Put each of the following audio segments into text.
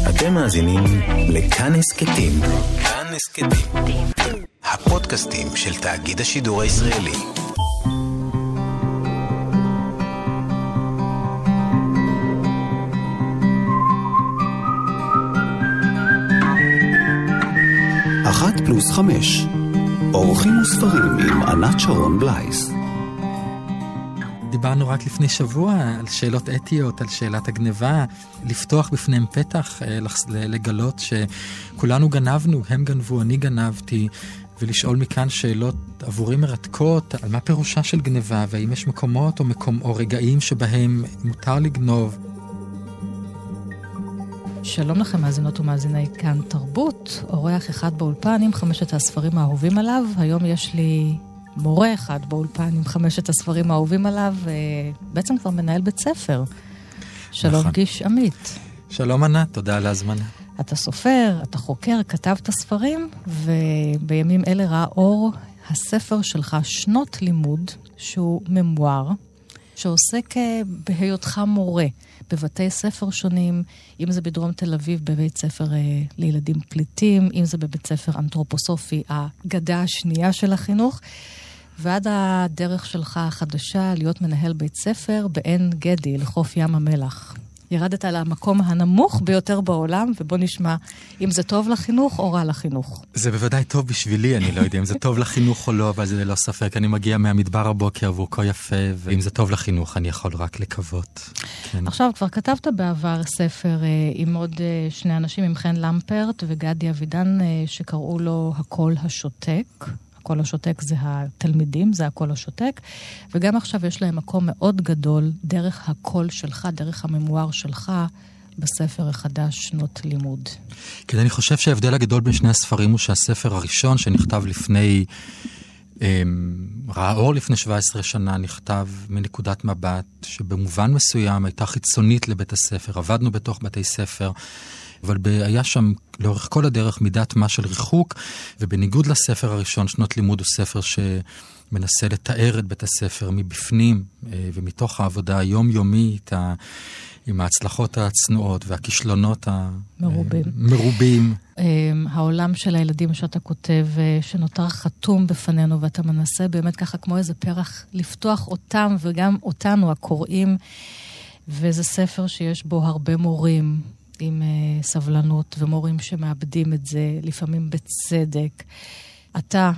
אתם מאזינים לכאן הסכתים. כאן הסכתים. הפודקאסטים של תאגיד השידור הישראלי. אחת פלוס 5. אורחים וספרים עם ענת שרון בלייס. דיברנו רק לפני שבוע על שאלות אתיות, על שאלת הגניבה, לפתוח בפניהם פתח, לגלות שכולנו גנבנו, הם גנבו, אני גנבתי, ולשאול מכאן שאלות עבורי מרתקות, על מה פירושה של גניבה, והאם יש מקומות או רגעים שבהם מותר לגנוב. שלום לכם מאזינות ומאזיני כאן תרבות, אורח אחד באולפן עם 5 הספרים האהובים עליו. היום יש לי מורה אחד באולפן עם 5 הספרים האהובים עליו, בעצם כבר מנהל בית ספר. שלום נכון. גיש עמית. שלום ענת, תודה על ההזמנה. אתה סופר, אתה חוקר, כתבת ספרים, ובימים אלה ראה אור הספר שלך שנות לימוד, שהוא ממואר, שעוסק בהיותך מורה בבתי ספר שונים, אם זה בדרום תל אביב בבית ספר לילדים פליטים, אם זה בבית ספר אנתרופוסופי, הגדה השנייה של החינוך, ועד הדרך שלך החדשה להיות מנהל בית ספר בעין גדי לחוף ים המלח. ירדת על המקום הנמוך ביותר בעולם, ובוא נשמע אם זה טוב לחינוך או רע לחינוך. זה בוודאי טוב בשבילי, אני לא יודע אם זה טוב לחינוך או לא, אבל זה לא ספק. אני מגיע מהמדבר הבוקר והוא כה יפה, ואם זה טוב לחינוך אני יכול רק לקוות. כן. עכשיו, כבר כתבת בעבר ספר עם עוד 2 אנשים, עם חן למפרט וגדי אבידן, שקראו לו הקול השותק. הקול השותק זה התלמידים, זה הקול השותק, וגם עכשיו יש להם מקום מאוד גדול דרך הקול שלך, דרך הממואר שלך, בספר החדש שנות לימוד. כן, אני חושב שההבדל הגדול בין שני הספרים הוא שהספר הראשון שנכתב לפני, ראה אור לפני 17 שנה, נכתב מנקודת מבט שבמובן מסוים הייתה חיצונית לבית הספר, עבדנו בתוך בתי ספר, אבל היה שם לאורך כל הדרך מידת מה של ריחוק, ובניגוד לספר הראשון, שנות לימוד הוא ספר שמנסה לתאר את בית הספר מבפנים, ומתוך העבודה היומיומית, עם ההצלחות הצנועות והכישלונות המרובים. העולם של הילדים שאתה כותב, שנותר חתום בפנינו, ואתה מנסה באמת ככה כמו איזה פרח לפתוח אותם, וגם אותנו הקוראים, וזה ספר שיש בו הרבה מורים, עם סבלנות, ומורים שמאבדים את זה, לפעמים בצדק. אתה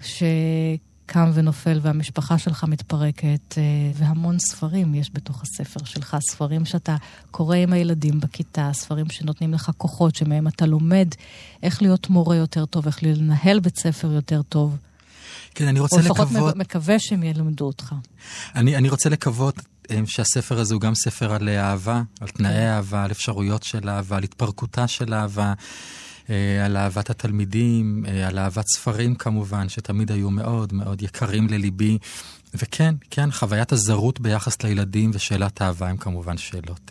שקם ונופל והמשפחה שלך מתפרקת, והמון ספרים יש בתוך הספר שלך, ספרים שאתה קורא עם הילדים בכיתה, ספרים שנותנים לך כוחות, שמהם אתה לומד איך להיות מורה יותר טוב, איך לנהל בית ספר יותר טוב. כן, אני רוצה לקוות... או לפחות מקווה שהם ילמדו אותך. אני רוצה לקוות שהספר הזה הוא גם ספר על אהבה, על תנאי אהבה, על אפשרויות של אהבה, על התפרקותה של אהבה, על אהבת התלמידים, על אהבת ספרים כמובן, שתמיד היו מאוד מאוד יקרים לליבי. וכן, כן, חוויית הזרות ביחס לילדים ושאלת האהבה הם כמובן שאלות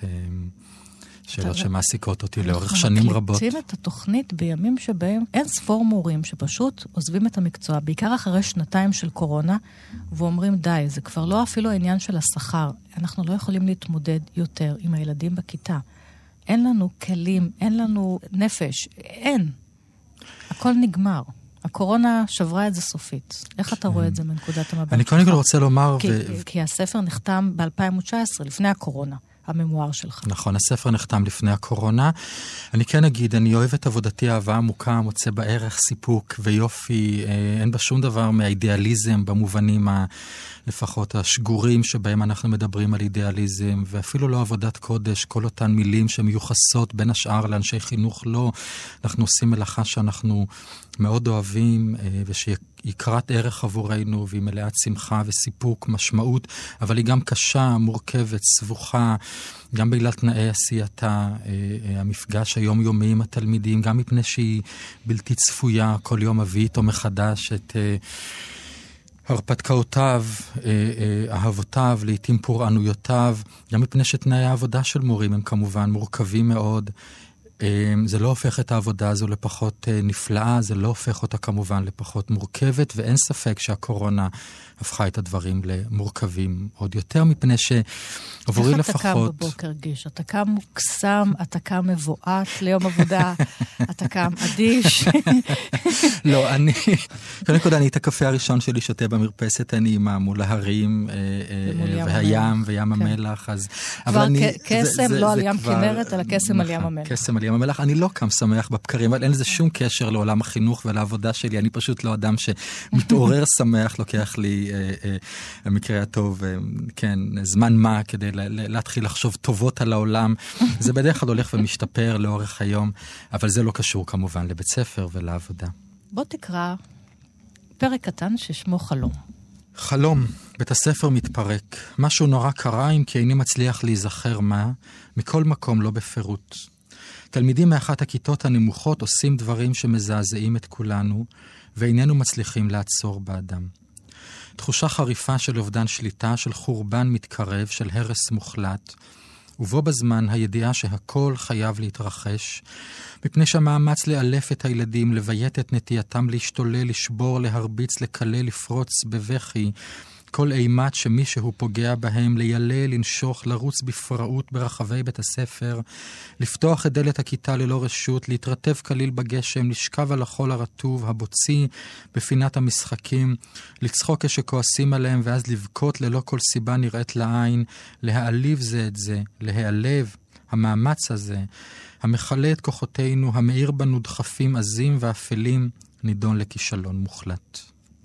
שמעסיקות אותי לאורך שנים רבות. אנחנו מקליטים את התוכנית בימים שבהם אין ספור מורים שפשוט עוזבים את המקצוע, בעיקר אחרי 2 של קורונה, ואומרים די, זה כבר לא אפילו העניין של השכר. אנחנו לא יכולים להתמודד יותר עם הילדים בכיתה. אין לנו כלים, אין לנו נפש, אין. הכל נגמר. הקורונה שברה את זה סופית. איך אתה רואה את זה מנקודת המבט? אני קודם כל רוצה לומר... כי הספר נחתם ב-2019, לפני הקורונה. הממואר שלך. נכון, הספר נחתם לפני הקורונה. אני כן אגיד, אני אוהב את עבודתי אהבה עמוקה, מוצא בערך סיפוק ויופי, אין בה שום דבר מהאידיאליזם במובנים לפחות השגורים שבהם אנחנו מדברים על אידיאליזם, ואפילו לא עבודת קודש, כל אותן מילים שמיוחסות בין השאר לאנשי חינוך לא. אנחנו עושים מלאכה שאנחנו מאוד אוהבים, ושיקרת ערך עבורנו, והיא מלאת שמחה וסיפוק, משמעות, אבל היא גם קשה, מורכבת, סבוכה, גם בגלל תנאי עשייתה, המפגש היומיומי עם התלמידים, גם מפני שהיא בלתי צפויה, כל יום מביא איתו מחדש את הרפתקאותיו, אהבותיו, לעתים פורענויותיו, גם מפני שתנאי העבודה של מורים הם כמובן מורכבים מאוד, זה לא הופך את העבודה הזו לפחות נפלאה, זה לא הופך אותה כמובן לפחות מורכבת, ואין ספק שהקורונה הפכה את הדברים למורכבים עוד יותר, מפני שעבורי לפחות... איך אתה קם בבוקר, גיש? אתה קם מוקסם, אתה קם מבועת ליום עבודה, אתה קם אדיש. לא, קודם כל אני את הקפה הראשון שלי שותה במרפסת הנעימה מול ההרים והים וים המלח, אז... כבר קסם, לא על ים כנרת, אלא קסם על ים המלח. קסם על ים המלח. אני לא קם שמח בבקרים, אבל אין לזה שום קשר לעולם החינוך ולעבודה שלי. אני פשוט לא אדם שמתעורר שמח, לוקח לי המקרה הטוב, כן, זמן מה כדי להתחיל לחשוב טובות על העולם. זה בדרך כלל הולך ומשתפר לאורך היום, אבל זה לא קשור כמובן לבית ספר ולעבודה. בוא תקרא פרק קטן ששמו חלום. חלום, בית הספר מתפרק. משהו נורא קרה אם כי איני מצליח להיזכר מה, מכל מקום לא בפירוט. תלמידים מאחת הכיתות הנמוכות עושים דברים שמזעזעים את כולנו, ואיננו מצליחים לעצור באדם. תחושה חריפה של אובדן שליטה, של חורבן מתקרב, של הרס מוחלט, ובו בזמן הידיעה שהכל חייב להתרחש, מפני שהמאמץ לאלף את הילדים, לביית את נטייתם להשתולל, לשבור, להרביץ, לקלל, לפרוץ בבכי, כל אימת שמישהו פוגע בהם, לילל, לנשוך, לרוץ בפראות ברחבי בית הספר, לפתוח את דלת הכיתה ללא רשות, להתרטב כליל בגשם, לשכב על החול הרטוב, הבוצי, בפינת המשחקים, לצחוק כשכועסים עליהם, ואז לבכות ללא כל סיבה נראית לעין, להעליב זה את זה, להיעלב, המאמץ הזה, המחלה את כוחותינו, המאיר בנו דחפים עזים ואפלים, נידון לכישלון מוחלט.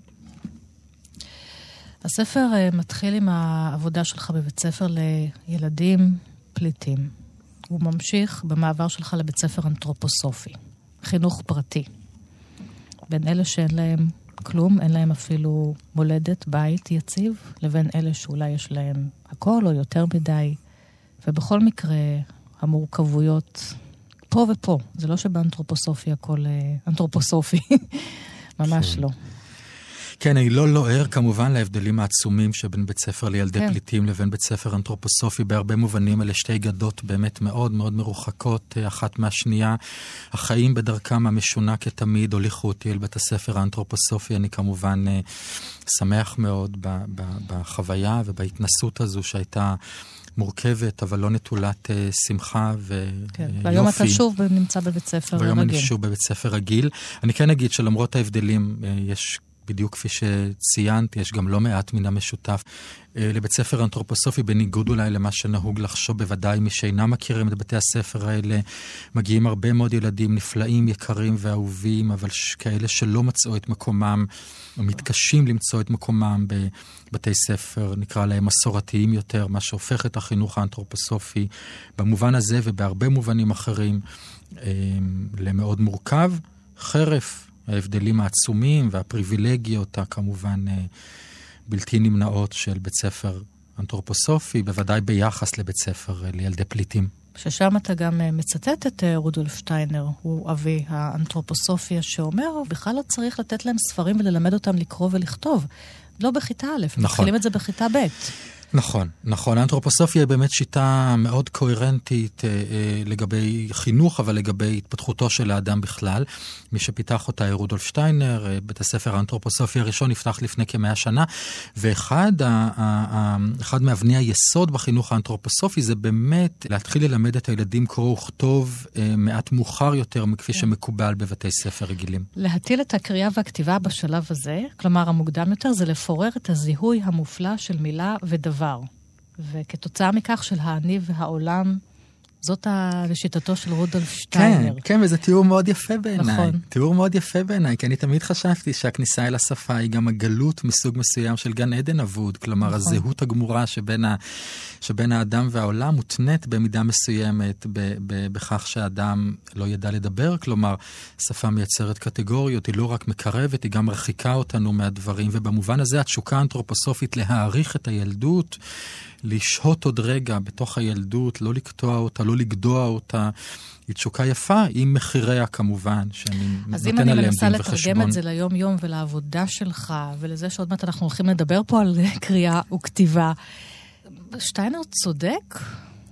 הספר מתחיל עם העבודה שלך בבית ספר לילדים פליטים. הוא ממשיך במעבר שלך לבית ספר אנתרופוסופי, חינוך פרטי. בין אלה שאין להם כלום, אין להם אפילו מולדת, בית יציב, לבין אלה שאולי יש להם הכל או יותר מדי. ובכל מקרה, המורכבויות פה ופה. זה לא שבאנתרופוסופי הכל אנתרופוסופי. ממש לא. כן, אני לא ער כמובן להבדלים העצומים שבין בית ספר לילדי פליטים לבין בית ספר אנתרופוסופי. בהרבה מובנים אלה שתי גדות באמת מאוד מאוד מרוחקות אחת מהשנייה. החיים בדרכם המשונה כתמיד הוליכו אותי אל בית הספר האנתרופוסופי. אני כמובן שמח מאוד בחוויה ובהתנסות הזו שהייתה מורכבת, אבל לא נטולת שמחה ויופי. והיום אתה שוב נמצא בבית ספר רגיל. והיום אני שוב בבית ספר רגיל. אני כן אגיד שלמרות ההבדלים יש בדיוק כפי שציינת, יש גם לא מעט מן המשותף. לבית ספר אנתרופוסופי, בניגוד אולי למה שנהוג לחשוב, בוודאי מי שאינם מכירים את בתי הספר האלה, מגיעים הרבה מאוד ילדים נפלאים, יקרים ואהובים, אבל כאלה שלא מצאו את מקומם, או מתקשים למצוא את מקומם בבתי ספר, נקרא להם מסורתיים יותר, מה שהופך את החינוך האנתרופוסופי, במובן הזה ובהרבה מובנים אחרים, למאוד מורכב, חרף ההבדלים העצומים והפריבילגיות הכמובן בלתי נמנעות של בית ספר אנתרופוסופי, בוודאי ביחס לבית ספר לילדי פליטים. ששם אתה גם מצטט את רודולף שטיינר, הוא אבי האנתרופוסופיה, שאומר, בכלל לא צריך לתת להם ספרים וללמד אותם לקרוא ולכתוב. לא בכיתה א', נכון. מתחילים את זה בכיתה ב'. נכון, נכון. האנתרופוסופיה היא באמת שיטה מאוד קוהרנטית לגבי חינוך, אבל לגבי התפתחותו של האדם בכלל. מי שפיתח אותה רודולף שטיינר, בית הספר האנתרופוסופי הראשון נפתח לפני כ100 שנה, ואחד מאבני היסוד בחינוך האנתרופוסופי זה באמת להתחיל ללמד את הילדים קרוא וכתוב מעט מאוחר יותר מכפי שמקובל בבתי ספר רגילים. להטיל את הקריאה והכתיבה בשלב הזה, כלומר המוקדם יותר, זה לפורר את הזיהוי המופלא של מילה ודבר. וכתוצאה מכך של האני והעולם, זאת לשיטתו של רודולף שטיינר. כן, כן, וזה תיאור מאוד יפה בעיניי. נכון. תיאור מאוד יפה בעיניי, כי אני תמיד חשבתי שהכניסה אל השפה היא גם הגלות מסוג מסוים של גן עדן אבוד, כלומר, נכון. הזהות הגמורה שבין האדם והעולם מותנית במידה מסוימת בכך שהאדם לא ידע לדבר, כלומר, שפה מייצרת קטגוריות, היא לא רק מקרבת, היא גם מרחיקה אותנו מהדברים, ובמובן הזה התשוקה האנתרופוסופית להעריך את הילדות, לשהות עוד רגע בתוך הילדות, לא לקטוע אותה, לא לגדוע אותה, היא תשוקה יפה, עם מחיריה כמובן, שאני נותן עליהם דין וחשבון. אז אם אני מנסה לתרגם את זה ליום יום ולעבודה שלך, ולזה שעוד מעט אנחנו הולכים לדבר פה על קריאה וכתיבה, שטיינר צודק?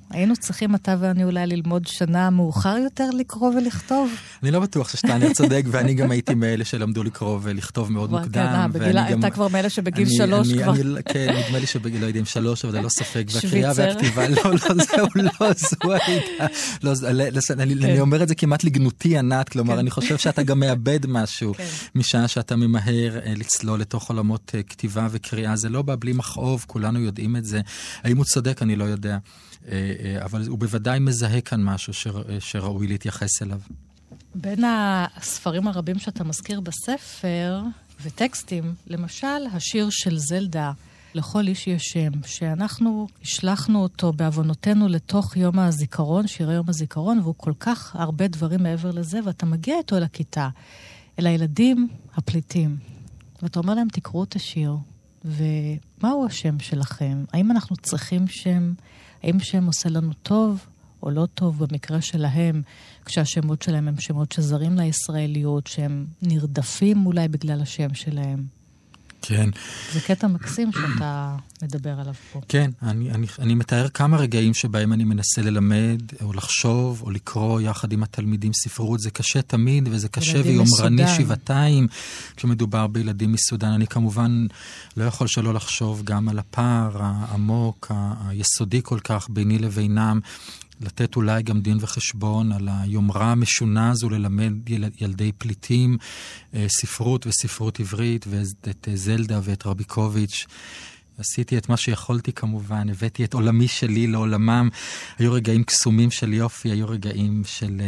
היינו צריכים אתה ואני אולי ללמוד שנה מאוחר יותר לקרוא ולכתוב. אני לא בטוח ששטיינר צודק, ואני גם הייתי מאלה שלמדו לקרוא ולכתוב מאוד מוקדם. אתה כבר מאלה שבגיל 3 כבר. כן, נדמה לי שבגיל, לא יודעים 3, אבל לא ספק, והקריאה והכתיבה, לא, זו הייתה. אני אומר את זה כמעט לגנותי ענת, כלומר, אני חושב שאתה גם מאבד משהו, משעה שאתה ממהר לצלול לתוך עולמות כתיבה וקריאה. זה לא בא בלי מכאוב, כולנו יודעים את זה. האם הוא צודק, אני לא יודע. אבל הוא בוודאי מזהה כאן משהו שראוי להתייחס אליו. בין הספרים הרבים שאתה מזכיר בספר וטקסטים, למשל השיר של זלדה, לכל איש יש שם, שאנחנו השלחנו אותו בעוונותינו לתוך יום הזיכרון, שירי יום הזיכרון, והוא כל כך הרבה דברים מעבר לזה, ואתה מגיע איתו לכיתה, אל הילדים הפליטים, ואתה אומר להם, תקראו את השיר, ומהו השם שלכם? האם אנחנו צריכים שם? האם שם עושה לנו טוב או לא טוב במקרה שלהם, כשהשמות שלהם הם שמות שזרים לישראליות, שהם נרדפים אולי בגלל השם שלהם? כן. זה קטע מקסים שאתה מדבר עליו פה. כן, אני מתאר כמה רגעים שבהם אני מנסה ללמד, או לחשוב, או לקרוא יחד עם התלמידים ספרות. זה קשה תמיד, וזה קשה ויומרני שבעתיים, כשמדובר בילדים מסודן. אני כמובן לא יכול שלא לחשוב גם על הפער העמוק, היסודי כל כך ביני לבינם, לתת אולי גם דין וחשבון על היומרה המשונה הזו ללמד ילדי פליטים ספרות וספרות עברית, ואת זלדה ואת רביקוביץ'. עשיתי את מה שיכולתי כמובן, הבאתי את עולמי שלי לעולמם. היו רגעים קסומים של יופי, היו רגעים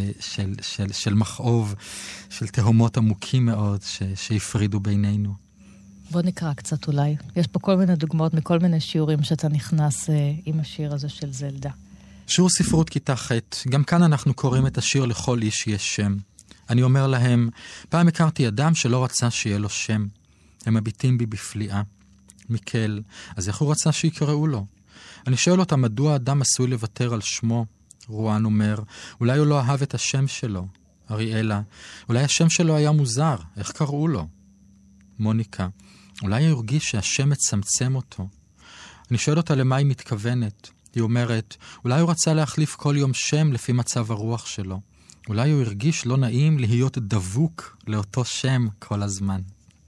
של מכאוב, של תהומות עמוקים מאוד שהפרידו בינינו. בוא נקרא קצת אולי. יש פה כל מיני דוגמאות מכל מיני שיעורים שאתה נכנס עם השיר הזה של זלדה. שיעור ספרות כיתה ח', גם כאן אנחנו קוראים את השיר לכל איש יש שם. אני אומר להם, פעם הכרתי אדם שלא רצה שיהיה לו שם. הם מביטים בי בפליאה. מיקל, אז איך הוא רצה שיקראו לו? אני שואל אותם, מדוע אדם עשוי לוותר על שמו? רואן אומר, אולי הוא לא אהב את השם שלו. אריאלה, אולי השם שלו היה מוזר, איך קראו לו? מוניקה, אולי הוא הרגיש שהשם מצמצם אותו. אני שואל אותה למה היא מתכוונת. היא אומרת, אולי הוא רצה להחליף כל יום שם לפי מצב הרוח שלו. אולי הוא הרגיש לא נעים להיות דבוק לאותו שם כל הזמן.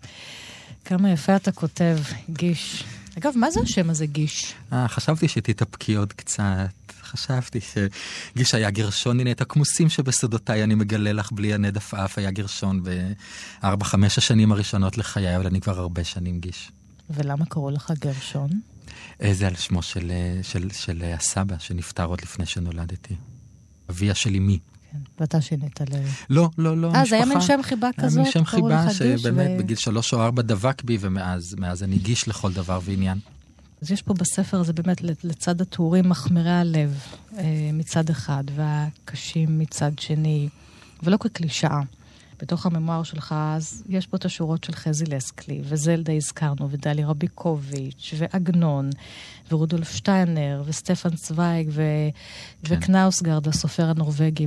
כמה יפה אתה כותב, גיש. אגב, מה זה השם הזה, גיש? חשבתי שתתאפקי עוד קצת. חשבתי שגיש היה גרשון. הנה, את הכמוסים שבסודותיי אני מגלה לך בלי הנד עפעף. היה גרשון ב4-5 השנים הראשונות לחיי, אבל אני כבר הרבה שנים גיש. ולמה קראו לך גרשון? זה על שמו של הסבא שנפטר עוד לפני שנולדתי. אביה של אמי. כן, ואתה שינית לא, המשפחה. זה היה מין שם חיבה כזאת? היה מין שם חיבה שבאמת בגיל 3 או 4 דבק בי, ומאז אני גיש לכל דבר ועניין. אז יש פה בספר הזה באמת לצד התיאורים מחמירי הלב מצד אחד, והקשים מצד שני, ולא כקלישאה. בתוך הממואר שלך, אז יש פה את השורות של חזי לסקלי, וזלדה הזכרנו, ודלי רביקוביץ', ועגנון, ורודולף שטיינר, וסטפן צוויג, וקנאוסגרד, הסופר הנורווגי,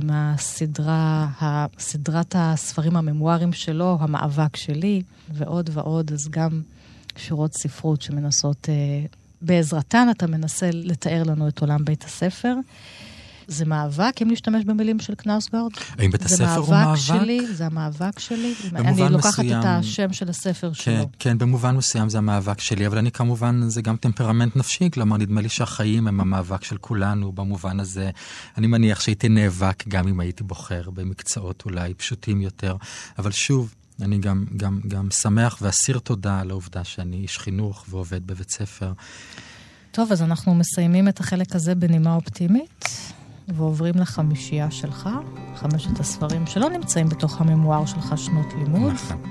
סדרת הספרים הממוארים שלו, המאבק שלי, ועוד ועוד, אז גם שורות ספרות שמנסות, בעזרתן אתה מנסה לתאר לנו את עולם בית הספר. זה מאבק, אם להשתמש במילים של קנאוסגרד? האם בית הספר הוא מאבק? זה המאבק שלי. אני לוקחת את השם של הספר שלו. כן, במובן מסוים זה המאבק שלי, אבל אני כמובן, זה גם טמפרמנט נפשי, כלומר, נדמה לי שהחיים הם המאבק של כולנו, במובן הזה. אני מניח שהייתי נאבק גם אם הייתי בוחר במקצועות אולי פשוטים יותר, אבל שוב, אני גם שמח ואסיר תודה על העובדה שאני איש חינוך ועובד בבית ספר. טוב, אז אנחנו מסיימים את החלק הזה בנימה אופטימית. ועוברים לחמישייה שלך, 5 הספרים שלא נמצאים בתוך הממואר שלך שנות לימוד. נכון.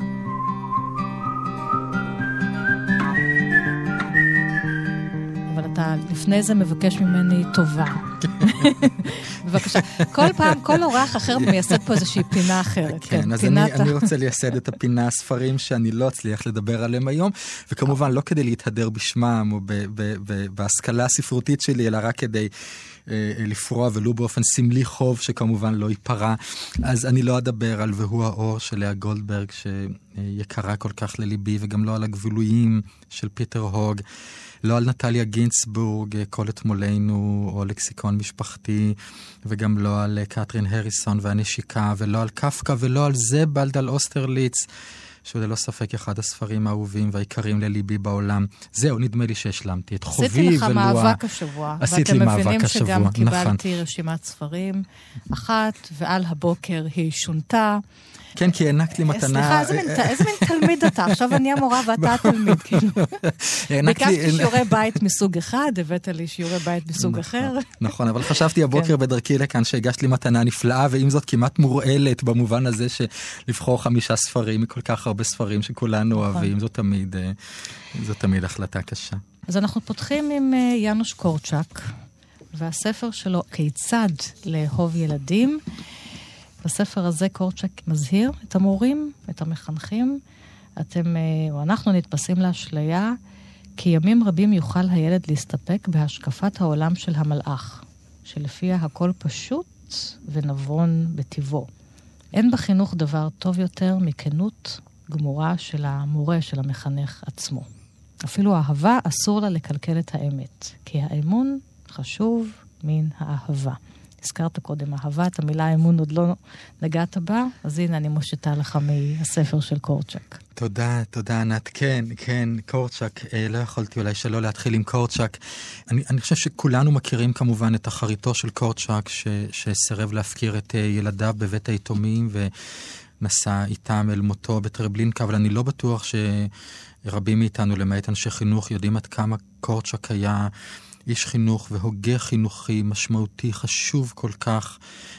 אבל אתה לפני זה מבקש ממני טובה. בבקשה. כל פעם, כל אורח אחר מייסד פה איזושהי פינה אחרת. כן, אז אני רוצה לייסד את הפינה הספרים שאני לא אצליח לדבר עליהם היום, וכמובן לא כדי להתהדר בשמם או בהשכלה הספרותית שלי, אלא רק כדי לפרוע, ולו באופן סמלי חוב שכמובן לא ייפרע. אז אני לא אדבר על והוא האור של לאה גולדברג, שיקרה כל כך לליבי, וגם לא על הגבולויים של פיטר הוג, לא על נטליה גינסבורג, כל אתמולנו, או לקסיקון משפחתי, וגם לא על קטרין הריסון והנשיקה, ולא על קפקא, ולא על זבלד, על אוסטרליץ, שהוא ללא ספק אחד הספרים האהובים והעיקרים לליבי בעולם. זהו, נדמה לי שהשלמתי את חובי. עשיתי לך מאבק השבוע. עשית לי מאבק השבוע, ואתם מבינים שגם קיבלתי רשימת ספרים אחת, ועל הבוקר היא שונתה. כן, כי הענקת לי מתנה... סליחה, איזה מין תלמיד אתה? עכשיו אני המורה ואתה התלמיד, כאילו. ביקשתי שיעורי בית מסוג אחד, הבאת לי שיעורי בית מסוג אחר. נכון, אבל חשבתי הבוקר בדרכי לכאן שהגשת לי מתנה נפלאה, ועם זאת כמעט מורעלת במובן הזה שלבחור 5 ספרים מכל כך הרבה ספרים שכולנו אוהבים, זאת תמיד החלטה קשה. אז אנחנו פותחים עם יאנוש קורצ'אק, והספר שלו כיצד לאהוב ילדים. בספר הזה קורצ'אק מזהיר את המורים, את המחנכים. אנחנו נתפסים לאשליה, כי ימים רבים יוכל הילד להסתפק בהשקפת העולם של המלאך, שלפיה הכל פשוט ונבון בטבעו. אין בחינוך דבר טוב יותר מכנות גמורה של המורה, של המחנך עצמו. אפילו האהבה אסור לה לקלקל את האמת, כי האמון חשוב מן האהבה. הזכרת קודם אהבה, את המילה האמון עוד לא נגעת בה, אז הנה אני מושיטה לך מהספר של קורצ'אק. תודה ענת. כן, קורצ'אק, לא יכולתי אולי שלא להתחיל עם קורצ'אק. אני חושב שכולנו מכירים כמובן את אחריתו של קורצ'אק, שסירב להפקיר את ילדיו בבית היתומים, ונסע איתם אל מותו בטרבלינקה, אבל אני לא בטוח שרבים מאיתנו, למעט אנשי חינוך, יודעים עד כמה קורצ'אק היה איש חינוך והוגה חינוכי משמעותי, חשוב כל כך,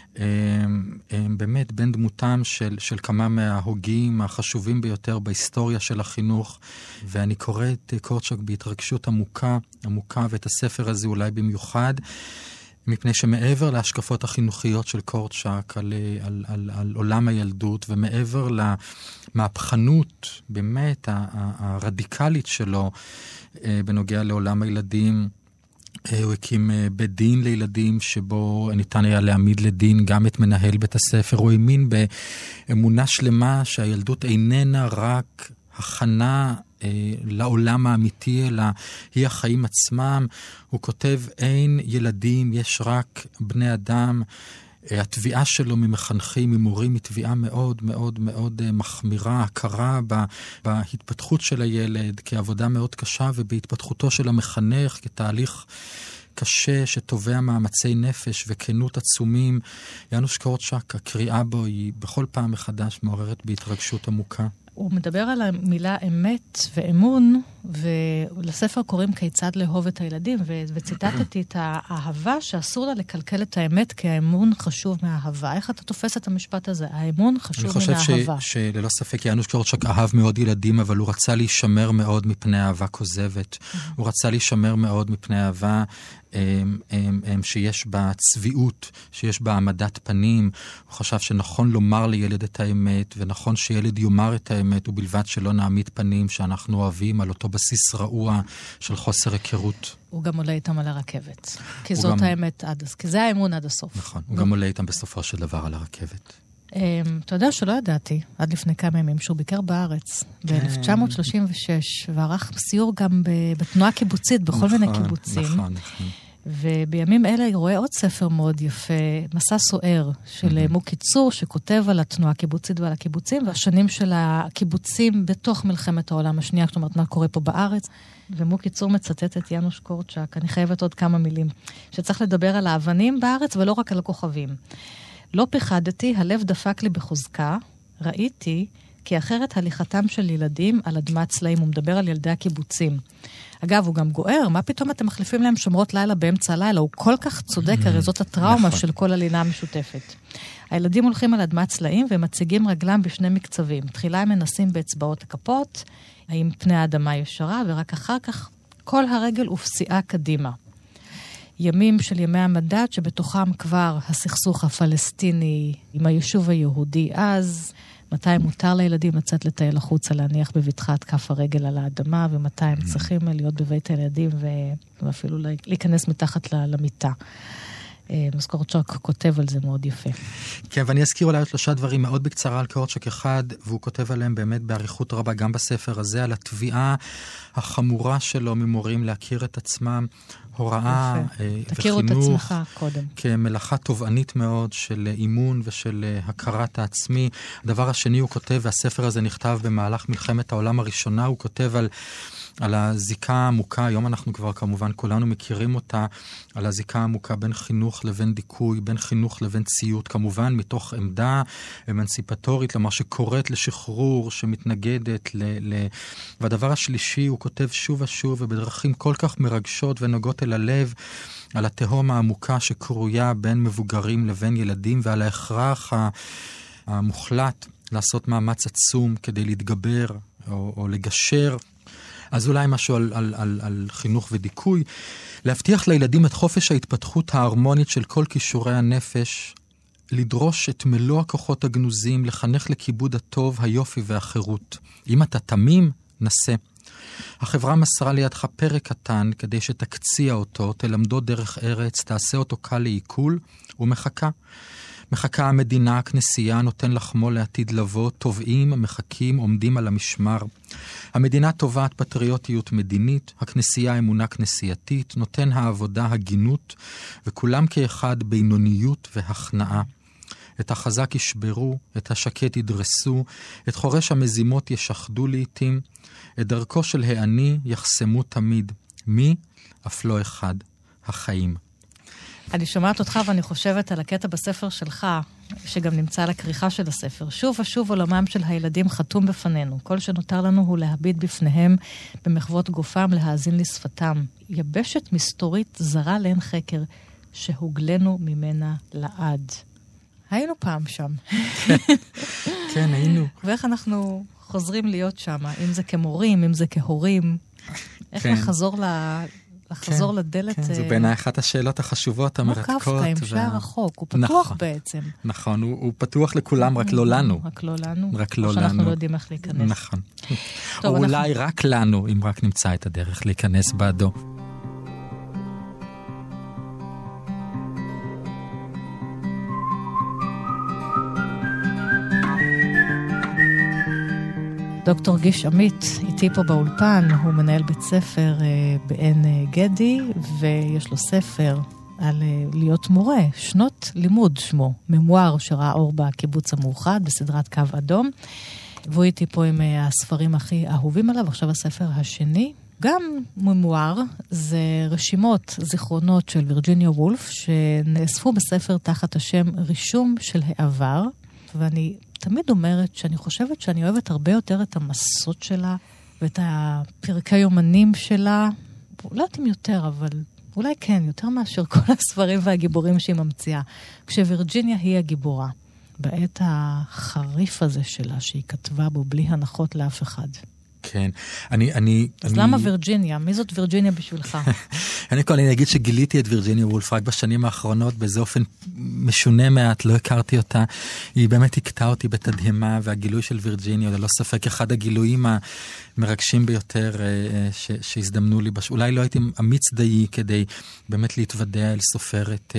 באמת בין דמותם של כמה מההוגים החשובים ביותר בהיסטוריה של החינוך, ואני קורא את קורצ'אק בהתרגשות עמוקה, ואת הספר הזה אולי במיוחד, מפני שמעבר להשקפות החינוכיות של קורצ'אק על עולם הילדות, ומעבר למהפכנות באמת הרדיקלית שלו בנוגע לעולם הילדים, הוא הקים בית דין לילדים שבו ניתן היה להעמיד לדין גם את מנהל בית הספר. הוא האמין באמונה שלמה שהילדות איננה רק הכנה לעולם האמיתי, אלא היא החיים עצמם. הוא כותב, אין ילדים, יש רק בני אדם. התביעה שלו ממחנכים, ממורים, היא תביעה מאוד מאוד מאוד מחמירה, הכרה בהתפתחות של הילד כעבודה מאוד קשה, ובהתפתחותו של המחנך כתהליך קשה שתובע מאמצי נפש וכנות עצומים. יאנוש קורצ'אק, הקריאה בו היא בכל פעם מחדש מעוררת בהתרגשות עמוקה. הוא מדבר על המילה אמת ואמון, ולספר קוראים כיצד לאהוב את הילדים, וציטטתי את האהבה שאסור לה לקלקל את האמת, כי האמון חשוב מהאהבה. איך אתה תופס את המשפט הזה? האמון חשוב מן האהבה. אני חושב שללא ספק יאנוש קורצ'אק אהב מאוד ילדים, אבל הוא רצה להישמר מאוד מפני אהבה כוזבת. הוא רצה להישמר מאוד מפני אהבה שיש בה צביעות, שיש בה העמדת פנים. הוא חשב שנכון לומר לילד את האמת, ונכון שילד יאמר את האמת, ובלבד שלא נעמיד פנים שאנחנו אוהבים על אותו בסיס רעוע של חוסר היכרות. הוא גם עולה איתם על הרכבת, כי זאת האמת כי זה האמון עד הסוף. נכון, הוא גם עולה איתם בסופו של דבר על הרכבת. אתה יודע שלא ידעתי, עד לפני כמה ימים, שהוא ביקר בארץ, ב-1936, וערך סיור גם בתנועה קיבוצית, בכל מיני קיבוצים. נכון. ובימים אלה אני רואה עוד ספר מאוד יפה, מסע סוער, של מוקי צור, שכותב על התנועה הקיבוצית ועל הקיבוצים, והשנים של הקיבוצים בתוך מלחמת העולם השנייה, זאת אומרת, מה קורה פה בארץ. ומוקי צור מצטט את יאנוש קורצ'אק, אני חייבת עוד כמה מילים, שצריך לדבר על האבנים בארץ, ולא רק על הכוכבים. לא פחדתי, הלב דפק לי בחוזקה, ראיתי כי אחרת הליכתם של ילדים על אדמת צלעים, הוא מדבר על ילדי הקיבוצים. אגב, הוא גם גוער, מה פתאום אתם מחליפים להם שומרות לילה באמצע הלילה? הוא כל כך צודק, הרי זאת הטראומה של כל הלינה המשותפת. הילדים הולכים על אדמת צלעים ומציגים רגלם בשני מקצבים. תחילה הם מנסים באצבעות הכפות, האם פני האדמה ישרה, ורק אחר כך כל הרגל ופסיעה קדימה. ימים של ימי המדד שבתוכם כבר הסכסוך הפלסטיני עם היישוב היהודי אז, מתי מותר לילדים לצאת לטייל החוצה, להניח בבטחת כף הרגל על האדמה, ומתי הם צריכים להיות בבית הילדים ואפילו להיכנס מתחת למיטה. קורצ'אק כותב על זה מאוד יפה. כן, ואני אזכיר אולי 3 דברים מאוד בקצרה על קורצ'אק. אחד, והוא כותב עליהם באמת באריכות רבה גם בספר הזה, על התביעה החמורה שלו ממורים להכיר את עצמם, הוראה וחינוך. תכירו את עצמך קודם. כמלאכה תובענית מאוד של אימון ושל הכרת העצמי. הדבר השני הוא כותב, והספר הזה נכתב במהלך מלחמת העולם הראשונה, הוא כותב על הזיקה העמוקה, היום אנחנו כבר כמובן כולנו מכירים אותה, על הזיקה העמוקה בין חינוך לבין דיכוי, בין חינוך לבין ציות, כמובן מתוך עמדה אמנסיפטורית, לומר שקוראת לשחרור, שמתנגדת והדבר השלישי, הוא כותב שוב ושוב ובדרכים כל כך מרגשות ונוגעות אל הלב, על התהום העמוקה שקרויה בין מבוגרים לבין ילדים, ועל ההכרח המוחלט לעשות מאמץ עצום כדי להתגבר או לגשר. אז אולי משהו על חינוך ודיכוי. להבטיח לילדים את חופש ההתפתחות ההרמונית של כל כישורי הנפש, לדרוש את מלוא הכוחות הגנוזים, לחנך לכיבוד הטוב, היופי והחירות. אם אתה תמים, נסה. החברה מסרה לידך פרק קטן כדי שתקציע אותו, תלמדו דרך ארץ, תעשה אותו קל לעיכול, ומחכה. מחכה המדינה, הכנסייה, נותן לחמו לעתיד לבוא, תובעים, מחכים, עומדים על המשמר. המדינה תובעת פטריוטיות מדינית, הכנסייה אמונה כנסייתית, נותן העבודה הגינות, וכולם כאחד בינוניות והכנעה. את החזק ישברו, את השקט ידרסו, את חורש המזימות ישחדו לעתים, את דרכו של העני יחסמו תמיד. מי? אף לא אחד. החיים. אני שומעת אותך ואני חושבת על הקטע בספר שלך, שגם נמצא על הכריכה של הספר. שוב ושוב עולמם של הילדים חתום בפנינו. כל שנותר לנו הוא להביט בפניהם במחוות גופם, להאזין לשפתם. יבשת מסתורית זרה לאין חקר, שהוגלנו ממנה לעד. היינו פעם שם. כן, היינו. ואיך אנחנו חוזרים להיות שם, אם זה כמורים, אם זה כהורים. איך לחזור לדלת... כן, זו בעיניי אחת השאלות החשובות, המרתקות. כמו קפקא עם שער רחוק, הוא פתוח בעצם. נכון, הוא פתוח לכולם, רק לא לנו. רק לא לנו. רק לא לנו. או שאנחנו לא יודעים איך להיכנס. נכון. או אולי רק לנו, אם רק נמצא את הדרך להיכנס בעדו. דוקטור גיש עמית איתי פה באולפן, הוא מנהל בית ספר בעין גדי, ויש לו ספר על להיות מורה, שנות לימוד שמו, ממואר שראה אור בקיבוץ המאוחד, בסדרת קו אדום, והוא איתי פה עם הספרים הכי אהובים עליו, עכשיו הספר השני, גם ממואר, זה רשימות זיכרונות של וירג'יניה וולף, שנאספו בספר תחת השם רישום של העבר, ואני תמיד אומרת שאני חושבת שאני אוהבת הרבה יותר את המסות שלה, ואת הפרקי יומנים שלה, לא יודעת אם יותר, אבל אולי כן, יותר מאשר כל הספרים והגיבורים שהיא ממציאה. כשווירג'יניה היא הגיבורה, בעת החריף הזה שלה, שהיא כתבה בו בלי הנחות לאף אחד. כן, אז למה וירג'יניה? מי זאת וירג'יניה בשבילך? אני אגיד שגיליתי את וירג'יניה וולף רק בשנים האחרונות, באיזה אופן משונה מעט, לא הכרתי אותה. היא באמת הקטעה אותי בתדהמה, והגילוי של וירג'יניה, ללא ספק, אחד הגילויים המרגשים ביותר שהזדמנו לי. אולי לא הייתי אמיץ די כדי באמת להתוודע אל סופרת.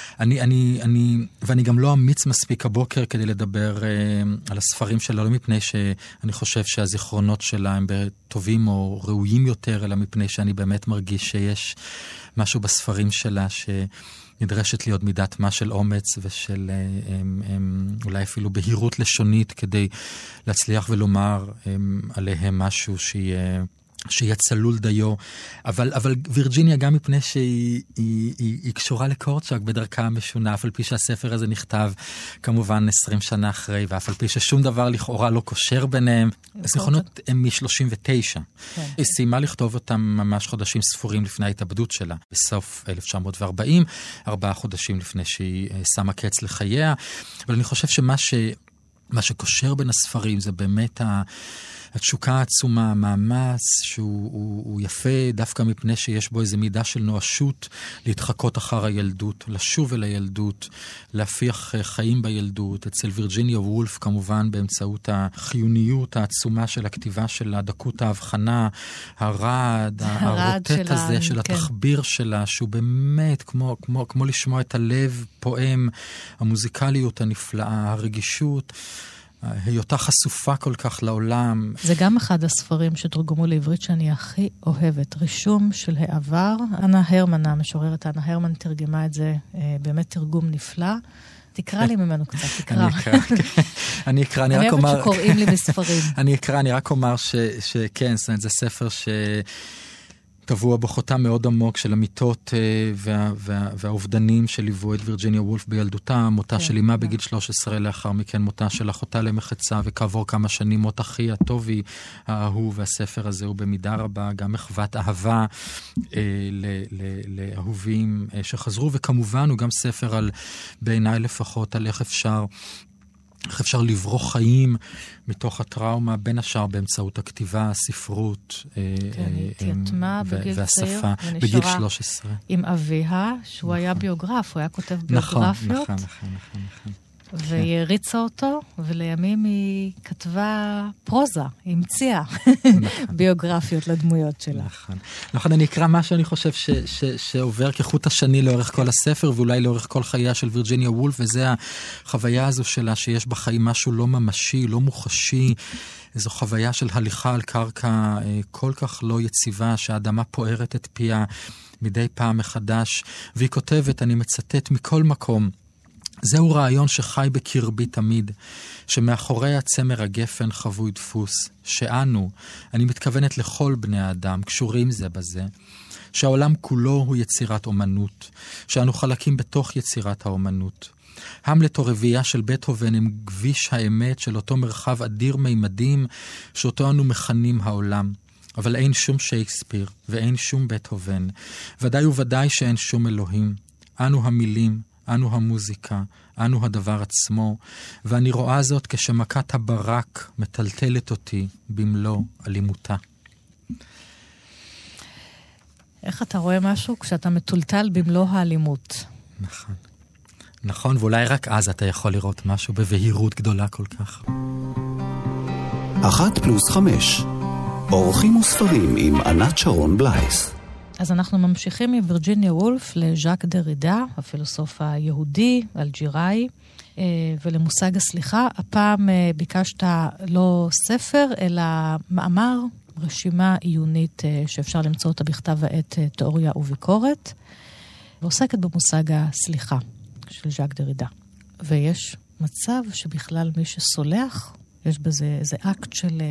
ואני גם לא אמיץ מספיק הבוקר כדי לדבר על הספרים שלה, לא מפני שאני חושב שהזיכרונות שלה הם טובים או ראויים יותר, אלא מפני שאני באמת מרגיש שיש משהו בספרים שלה שנדרשת להיות מידת מה של אומץ ושל אולי אפילו בהירות לשונית כדי להצליח ולומר עליהם משהו שיהיה צלול דיו. אבל וירג'יניה גם מפני שהיא קשורה לקורצ'אק בדרכה המשונה, אף על פי שהספר הזה נכתב כמובן 20 שנה אחרי, ואף על פי ששום דבר לכאורה לא קושר ביניהם. הזיכרונות הם מ-39. היא סיימה לכתוב אותם ממש חודשים ספורים לפני ההתאבדות שלה, בסוף 1940, 4 חודשים לפני שהיא שמה קץ לחייה. אבל אני חושב שמה שקושר בין הספרים זה באמת התשוקה העצומה, המאמץ שהוא יפה דווקא מפני שיש בו איזו מידה של נואשות להתחקות אחר הילדות, לשוב אל הילדות, להפיח חיים בילדות. אצל וירג'יניה וולף כמובן באמצעות החיוניות העצומה של הכתיבה של הדקות ההבחנה, הרעד הרוטט הזה של התחביר שלה, שהוא באמת כמו לשמוע את הלב פועם, המוזיקליות הנפלאה, הרגישות, היותה חשופה כל כך לעולם. זה גם אחד הספרים שתורגמו לעברית שאני הכי אוהבת. רישום של העבר. אנה הרמן, המשוררת אנה הרמן, תרגמה את זה באמת תרגום נפלא. תקרא לי ממנו קצת, תקרא. אני אקרא, אני אוהבת שקוראים לי בספרים. אני אקרא, אני רק אומר שכן, זה ספר טבוע בחותם מאוד עמוק של המיטות והאובדנים שליוו את וירג'יניה וולף בילדותה, מותה של אימה בגיל 13, לאחר מכן מותה של אחותה למחצה, וכעבור כמה שנים מות אחי הטובי האהוב, והספר הזה הוא במידה רבה גם מחוות אהבה לאהובים שחזרו, וכמובן הוא גם ספר על, בעיניי לפחות, על איך אפשר לברוך חיים מתוך הטראומה, בין השאר באמצעות הכתיבה, הספרות והשפה, בגיל 13. עם אביה, שהוא היה ביוגרף, הוא היה כותב ביוגרפיות. נכון. והיא הריצה אותו, ולימים היא כתבה פרוזה, היא המציאה ביוגרפיות לדמויות שלה. נכון, אני אקרא מה שאני חושב שעובר כחוט השני לאורך כל הספר, ואולי לאורך כל חייה של וירג'יניה וולף, וזה החוויה הזו שלה, שיש בחיים משהו לא ממשי, לא מוחשי, איזו חוויה של הליכה על קרקע כל כך לא יציבה, שהאדמה פוערת את פיה מדי פעם מחדש, והיא כותבת, אני מצטט מכל מקום, זהו רעיון שחי בקרבי תמיד, שמאחורי הצמר הגפן חבוי דפוס, שאנו, אני מתכוונת לכל בני האדם, קשורים זה בזה, שהעולם כולו הוא יצירת אומנות, שאנו חלקים בתוך יצירת האומנות. המלט או רביעייה של בטהובן הם גביש האמת של אותו מרחב אדיר מימדים, שאותו אנו מכנים העולם. אבל אין שום שייקספיר, ואין שום בטהובן. ודאי וודאי שאין שום אלוהים. אנו המילים, אנו המוזיקה, אנו הדבר עצמו, ואני רואה זאת כשמכת הברק מטלטלת אותי במלוא אלימותה. איך אתה רואה משהו כשאתה מטולטל במלוא האלימות? נכון, ואולי רק אז אתה יכול לראות משהו בבהירות גדולה כל כך. 1+5 אורחים וספרים עם ענת שרון בלייס. אז אנחנו ממשיכים מווירג'יניה וולף לז'אק דרידה, הפילוסוף היהודי, אלג'יראי, ולמושג הסליחה. הפעם ביקשת לא ספר, אלא מאמר, רשימה עיונית שאפשר למצוא אותה בכתב העת תיאוריה וביקורת, ועוסקת במושג הסליחה של ז'אק דרידה. ויש מצב שבכלל מי שסולח, יש בזה איזה אקט של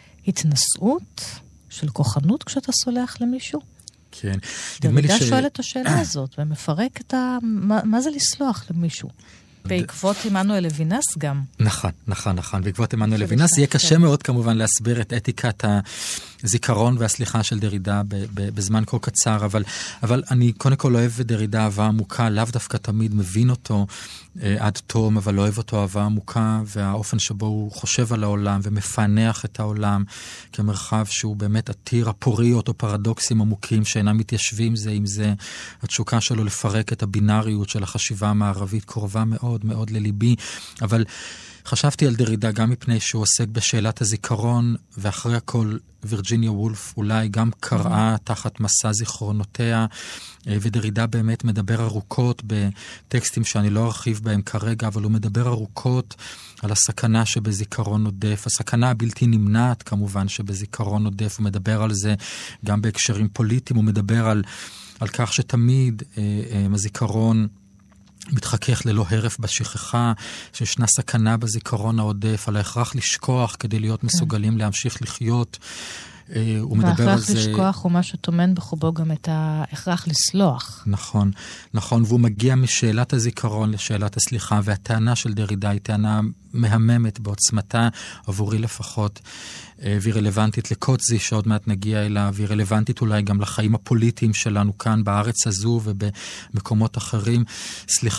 התנסות, של כוחנות כשאתה סולח למישהו. כן. דרידה שואל את השאלה הזאת, ומפרק את מה זה לסלוח למישהו. בעקבות עמנואל לוינס גם. נכון. בעקבות עמנואל לוינס יהיה קשה מאוד כמובן להסביר את אתיקת הזיכרון והסליחה של דרידה בזמן כה קצר, אבל אני קודם כל אוהב דרידה אהבה עמוקה, לאו דווקא תמיד מבין אותו עד תום, אבל אוהב אותו אהבה עמוקה, והאופן שבו הוא חושב על העולם ומפענח את העולם כמרחב שהוא באמת עתיר הפוריות או פרדוקסים עמוקים שאינם מתיישבים זה עם זה. התשוקה שלו לפרק את הבינאריות של החשיבה המערבית קרובה מאוד מאוד לליבי, אבל חשבתי על דרידה גם מפני שהוא עוסק בשאלת הזיכרון, ואחרי הכל וירג'יניה וולף אולי גם קראה תחת מסע זיכרונותיה, ודרידה באמת מדבר ארוכות בטקסטים שאני לא ארחיב בהם כרגע, אבל הוא מדבר ארוכות על הסכנה שבזיכרון עודף, הסכנה הבלתי נמנעת כמובן שבזיכרון עודף, הוא מדבר על זה גם בהקשרים פוליטיים, הוא מדבר על כך שתמיד הזיכרון מתחכך ללא הרף בשכחה, שישנה סכנה בזיכרון העודף, על ההכרח לשכוח כדי להיות מסוגלים להמשיך לחיות. הוא מדבר על זה... וההכרח לשכוח הוא מה שתומן בחובו גם את ההכרח לסלוח. נכון, והוא מגיע משאלת הזיכרון לשאלת הסליחה, והטענה של דרידה היא טענה מהממת בעוצמתה, עבורי לפחות, והיא רלוונטית לקוצזי שעוד מעט נגיע אליו, והיא רלוונטית אולי גם לחיים הפוליטיים שלנו כאן בארץ הזו ובמקומות אחרים. סליחה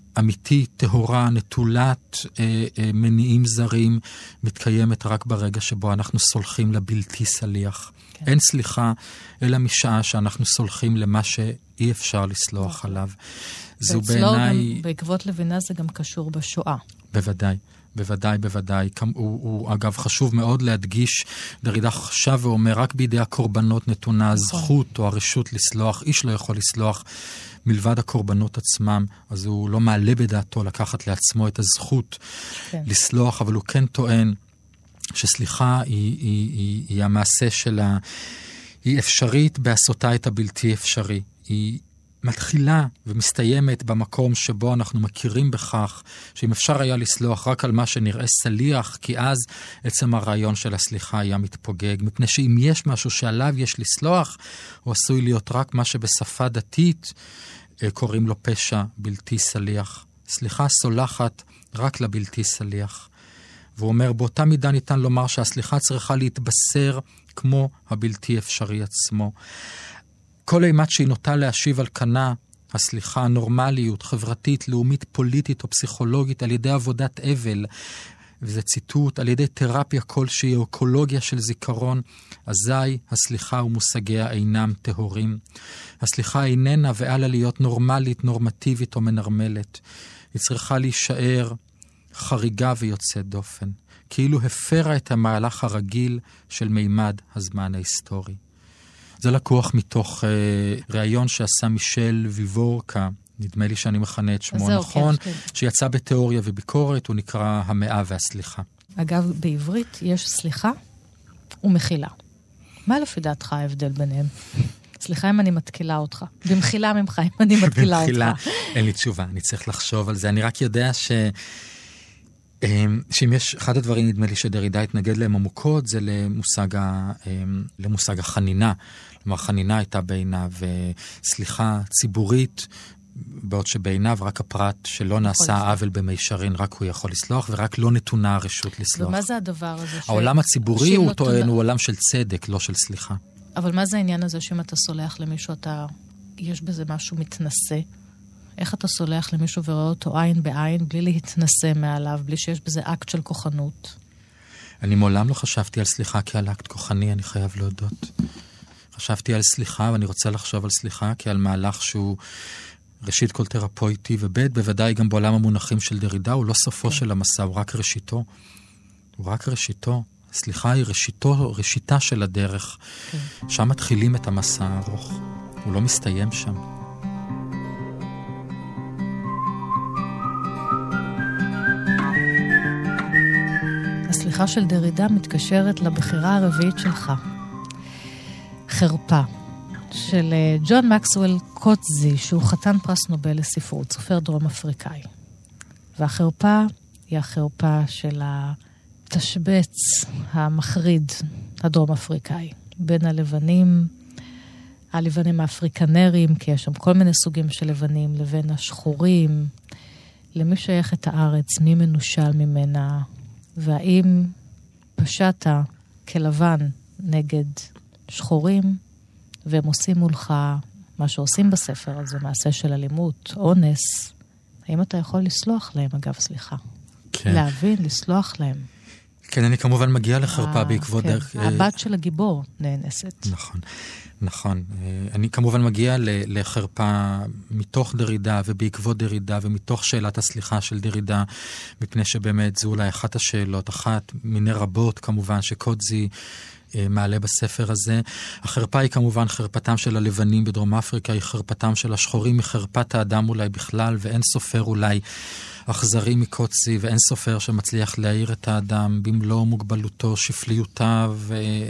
אמיתית, טהורה, נטולת מניעים זרים, מתקיימת רק ברגע שבו אנחנו סולחים לבלתי סליח. כן. אין סליחה, אלא משעה שאנחנו סולחים למה שאי אפשר לסלוח עליו. זו בעיניי... בעקבות לוינה זה גם קשור בשואה. בוודאי. בוודאי, בוודאי. הוא אגב חשוב מאוד להדגיש, דרידה חשב ואומר, רק בידי הקורבנות נתונה הזכות או הרשות לסלוח, איש לא יכול לסלוח מלבד הקורבנות עצמם, אז הוא לא מעלה בדעתו לקחת לעצמו את הזכות לסלוח, אבל הוא כן טוען שסליחה היא המעשה שלה, היא אפשרית בעשותה את הבלתי אפשרי. היא מתחילה ומסתיימת במקום שבו אנחנו מכירים בכך שאם אפשר היה לסלוח רק על מה שנראה סליח, כי אז עצם הרעיון של הסליחה היה מתפוגג, מפני שאם יש משהו שעליו יש לסלוח, הוא עשוי להיות רק מה שבשפה דתית קוראים לו פשע בלתי סליח. סליחה סולחת רק לבלתי סליח. והוא אומר, באותה מידה ניתן לומר שהסליחה צריכה להתבשר כמו הבלתי אפשרי עצמו. כל אימת שהיא נוטה להשיב על כנה, הסליחה, נורמליות, חברתית, לאומית, פוליטית או פסיכולוגית, על ידי עבודת אבל, וזה ציטוט, על ידי תרפיה כלשהי, אקולוגיה של זיכרון, אזי הסליחה ומושגיה אינם טהורים. הסליחה איננה ועלה להיות נורמלית, נורמטיבית או מנרמלת. היא צריכה להישאר חריגה ויוצאת דופן, כאילו הפרה את המהלך הרגיל של מימד הזמן ההיסטורי. זה לקוח מתוך ראיון שעשה מישל ויבורקה, נדמה לי שאני מכנה את שמו נכון, שיצא בתיאוריה וביקורת, הוא נקרא המאה והסליחה. אגב, בעברית יש סליחה ומחילה. מה לפי דעתך ההבדל ביניהם? סליחה אם אני מתקילה אותך. במחילה ממך אם אני מתקילה אותך. במחילה, אין לי תשובה, אני צריך לחשוב על זה. אני רק יודע שאם יש, אחד הדברים נדמה לי שדרידה התנגד להם עמוקות, זה למושג החנינה. כלומר, חנינה הייתה בעיניו סליחה ציבורית, בעוד שבעיניו רק הפרט שלא נעשה עוול במישרין, רק הוא יכול לסלוח, ורק לא נתונה הרשות לסלוח. ומה זה הדבר הזה? העולם הציבורי הוא טוען, הוא עולם של צדק, לא של סליחה. אבל מה זה העניין הזה שאם אתה סולח למישהו, יש בזה משהו מתנשא? איך אתה סולח למישהו ורואה אותו עין בעין, בלי להתנסה מעליו, בלי שיש בזה אקט של כוחנות? אני מעולם לא חשבתי על סליחה כעל אקט כוחני, אני חייב להודות. חשבתי על סליחה, ואני רוצה לחשוב על סליחה כעל מהלך שהוא ראשית כל תרפויטי, ובית בוודאי גם בעולם המונחים של דרידה, הוא לא סופו של המסע, הוא רק ראשיתו. הוא רק ראשיתו. סליחה היא ראשיתה של הדרך. שם מתחילים את המסע הארוך. הוא לא מסתיים שם. הסליחה של דרידה מתקשרת לבחירה הרביעית שלך. חרפה. של ג'ון מקסוול קוטזי, שהוא חתן פרס נובל לספרות, סופר דרום אפריקאי. והחרפה היא החרפה של התשבץ המחריד הדרום אפריקאי. בין הלבנים האפריקנרים, כי יש שם כל מיני סוגים של לבנים, לבין השחורים, למי שייך את הארץ, מי מנושל ממנה, והאם פשעת כלבן נגד שחורים, והם עושים מולך מה שעושים בספר הזה, מעשה של אלימות, אונס. האם אתה יכול לסלוח להם, אגב, סליחה? כן. להבין, לסלוח להם. כן, אני כמובן מגיע לחרפה בעקבות כן. דרך... הבת של הגיבור נאנסת. נכון, נכון. אני כמובן מגיע לחרפה מתוך דרידה ובעקבות דרידה ומתוך שאלת הסליחה של דרידה, מפני שבאמת זו אולי אחת השאלות, אחת מיני רבות כמובן שקוטזי מעלה בספר הזה. החרפה היא כמובן חרפתם של הלבנים בדרום אפריקה, היא חרפתם של השחורים, היא חרפת האדם אולי בכלל, ואין סופר אולי אכזרי מקוטזי, ואין סופר שמצליח להעיר את האדם במלוא מוגבלותו, שפליותיו,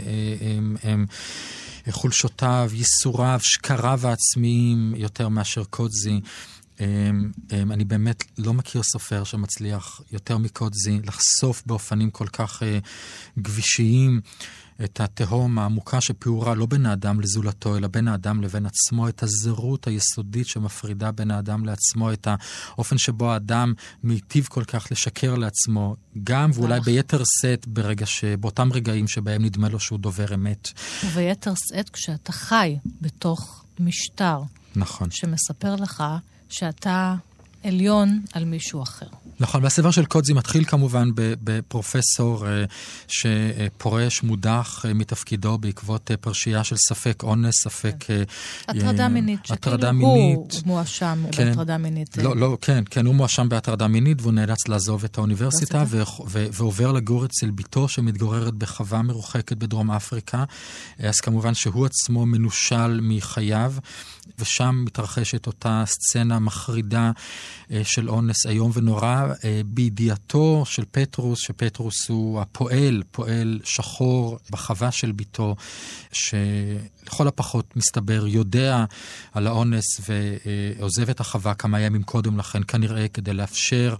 חולשותיו, ייסוריו, שקריו העצמיים יותר מאשר קוטזי. אני באמת לא מכיר סופר שמצליח יותר מקוטזי לחשוף באופנים כל כך גבישיים את התהום העמוקה שפיורה לא בין האדם לזולתו, אלא בין האדם לבין עצמו, את הזרות היסודית שמפרידה בין האדם לעצמו, את האופן שבו האדם מיטיב כל כך לשקר לעצמו, גם ואולי ביתר שאת באותם רגעים שבהם נדמה לו שהוא דובר אמת. וביתר שאת כשאתה חי בתוך משטר. נכון. שמספר לך שאתה עליון על מישהו אחר. נכון, והספר של קודזי מתחיל כמובן בפרופסור שפורש, מודח מתפקידו בעקבות פרשייה של ספק אונס, ספק... הטרדה מינית, הטרדה מינית. הוא מואשם בהטרדה מינית. לא, כן, הוא מואשם בהטרדה מינית, והוא נאלץ לעזוב את האוניברסיטה, ועובר לגור אצל ביתו שמתגוררת בחווה מרוחקת בדרום אפריקה. אז כמובן שהוא עצמו מנושל מחייו, ושם מתרחשת אותה סצנה מחרידה של אונס היום ונורא, בידיעתו של פטרוס, שפטרוס הוא פועל שחור בחווה של ביתו, שלכל הפחות מסתבר יודע על האונס ועוזב את החווה כמה ימים קודם לכן, כנראה כדי לאפשר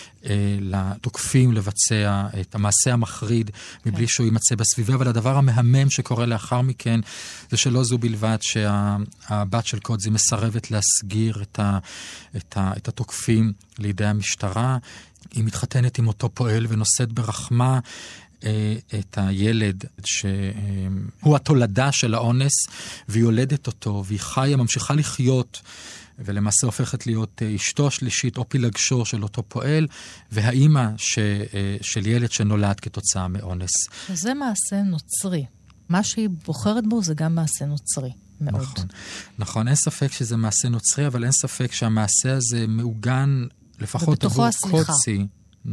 לתוקפים לבצע את המעשה המחריד מבלי שהוא יימצא בסביבה, אבל הדבר המהמם שקורה לאחר מכן זה שלא זו בלבד שהבת של קודזי מסרבת להסגיר את התוקפים לידי המשטרה. היא מתחתנת עם אותו פועל ונושאת ברחמה את הילד שהוא התולדה של האונס, והיא יולדת אותו, והיא חיה, ממשיכה לחיות, ולמעשה הופכת להיות אשתו השלישית או פילגשו של אותו פועל, והאימא של ילד שנולד כתוצאה מאונס. זה מעשה נוצרי. מה שהיא בוחרת בו זה גם מעשה נוצרי. מאוד. נכון, אין ספק שזה מעשה נוצרי, אבל אין ספק שהמעשה הזה מעוגן לפחות עבור קודזי.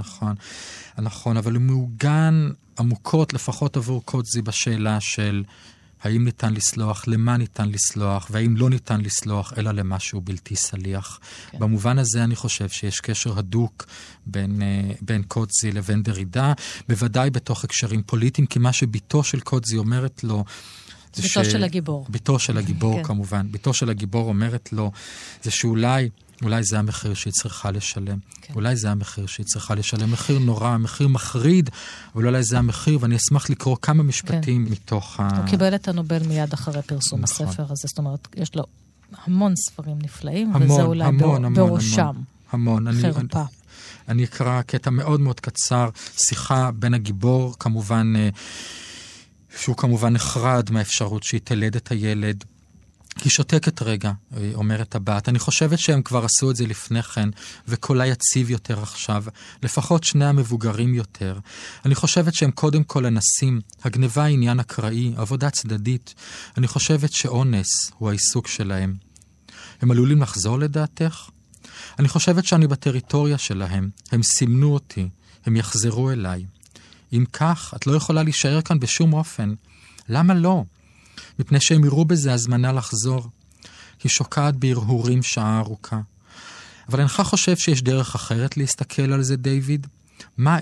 נכון, אבל הוא מעוגן עמוקות לפחות עבור קודזי בשאלה של האם ניתן לסלוח, למה ניתן לסלוח, והאם לא ניתן לסלוח, אלא למשהו בלתי סליח. כן. במובן הזה אני חושב שיש קשר הדוק בין קודזי לבין דרידה, בוודאי בתוך הקשרים פוליטיים, כי מה שביתו של קודזי אומרת לו, ביתו של הגיבור. ביתו של הגיבור, כן. כמובן. ביתו של הגיבור אומרת לו, זה שאולי זה המחיר שהיא צריכה לשלם. כן. אולי זה המחיר שהיא צריכה לשלם. מחיר נורא, מחיר מחריד, אבל אולי זה המחיר, ואני אשמח לקרוא כמה משפטים כן. מתוך הוא קיבל את הנובל מיד אחרי פרסום נכון. הספר הזה, זאת אומרת, יש לו המון ספרים נפלאים, וזה אולי בראשם. המון. חרפה. אני אקרא קטע מאוד מאוד קצר, שיחה בין הגיבור, כמובן, שהוא כמובן נחרד מהאפשרות שהיא תלד את הילד, היא שותקת רגע, אומרת הבת. אני חושבת שהם כבר עשו את זה לפני כן, וקולה יציב יותר עכשיו, לפחות שני המבוגרים יותר. אני חושבת שהם קודם כל אנסים, הגניבה היא עניין אקראי, עבודה צדדית. אני חושבת שאונס הוא העיסוק שלהם. הם עלולים לחזור לדעתך? אני חושבת שאני בטריטוריה שלהם. הם סימנו אותי, הם יחזרו אליי. אם כך, את לא יכולה להישאר כאן בשום אופן. למה לא? מפני שהם יראו בזה הזמנה לחזור. היא שוקעת בהרהורים שעה ארוכה. אבל אינך חושב שיש דרך אחרת להסתכל על זה, דיוויד? מה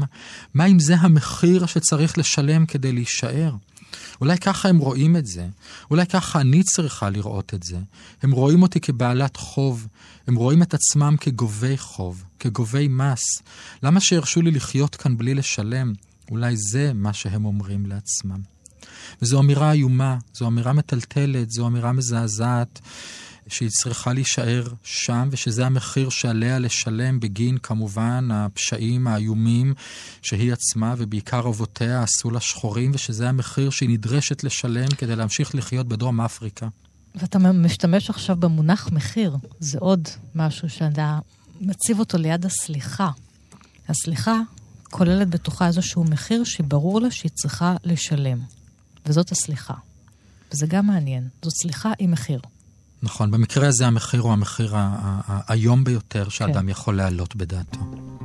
אם זה המחיר שצריך לשלם כדי להישאר? אולי ככה הם רואים את זה. אולי ככה אני צריכה לראות את זה. הם רואים אותי כבעלת חוב. הם רואים את עצמם כגובי חוב, כגובי מס. למה שירשו לי לחיות כאן בלי לשלם? אולי זה מה שהם אומרים לעצמם. וזו אמירה איומה, זו אמירה מטלטלת, זו אמירה מזעזעת, שהיא צריכה להישאר שם, ושזה המחיר שעליה לשלם בגין כמובן הפשעים האיומים שהיא עצמה ובעיקר אבותיה עשו לה שחורים, ושזה המחיר שהיא נדרשת לשלם כדי להמשיך לחיות בדרום אפריקה. ואתה משתמש עכשיו במונח מחיר, זה עוד משהו שאתה מציב אותו ליד הסליחה. הסליחה כוללת בתוכה איזשהו מחיר שברור לה שהיא צריכה לשלם. וזאת הסליחה. וזה גם מעניין. זאת סליחה עם מחיר. נכון, במקרה הזה המחיר הוא המחיר היום ביותר שאדם יכול להעלות בדעתו.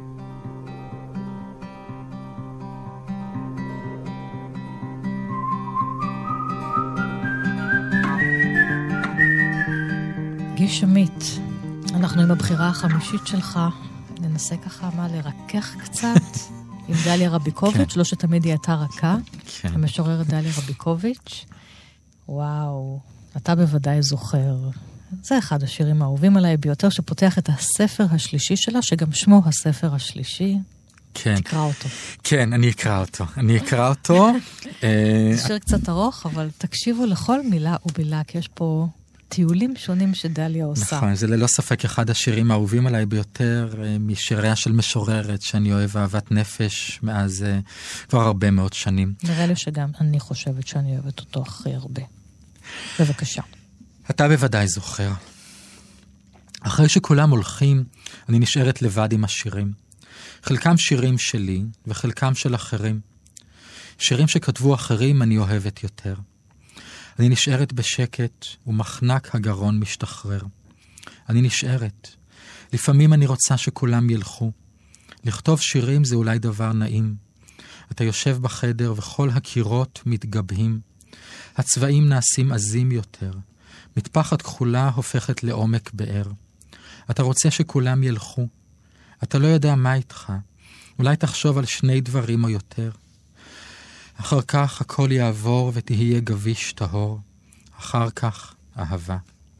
גיש עמית, אנחנו עם הבחירה החמישית שלך, ננסה ככה לרכך קצת. עם דליה רביקוביץ', לא שתמיד היא הייתה רכה, המשוררת דליה רביקוביץ'. וואו, אתה בוודאי זוכר. זה אחד השירים האהובים עליי ביותר, שפותח את הספר השלישי שלה, שגם שמו הספר השלישי. כן. תקרא אותו. כן, אני אקרא אותו. זה שיר קצת ארוך, אבל תקשיבו לכל מילה ובילה, כי יש פה טיולים שונים שדליה עושה. נכון, זה ללא ספק אחד השירים האהובים עליי ביותר, משיריה של משוררת, שאני אוהב אהבת נפש מאז כבר הרבה מאוד שנים. נראה לי שגם אני חושבת שאני אוהבת אותו הכי הרבה. בבקשה. אתה בוודאי זוכר. אחרי שכולם הולכים, אני נשארת לבד עם השירים. חלקם שירים שלי וחלקם של אחרים. שירים שכתבו אחרים אני אוהבת יותר. אני נשארת בשקט ומחנק הגרון משתחרר. אני נשארת. לפעמים אני רוצה שכולם ילכו. לכתוב שירים זה אולי דבר נעים. אתה יושב בחדר וכל הקירות מתגבהים. הצבעים נעשים עזים יותר. מטפחת כחולה הופכת לעומק באר. אתה רוצה שכולם ילכו. אתה לא יודע מה איתך. אולי תחשוב על 2 דברים או יותר. אחר כך הכל יעבור ותהיה גביש טהור. אחר כך אהבה.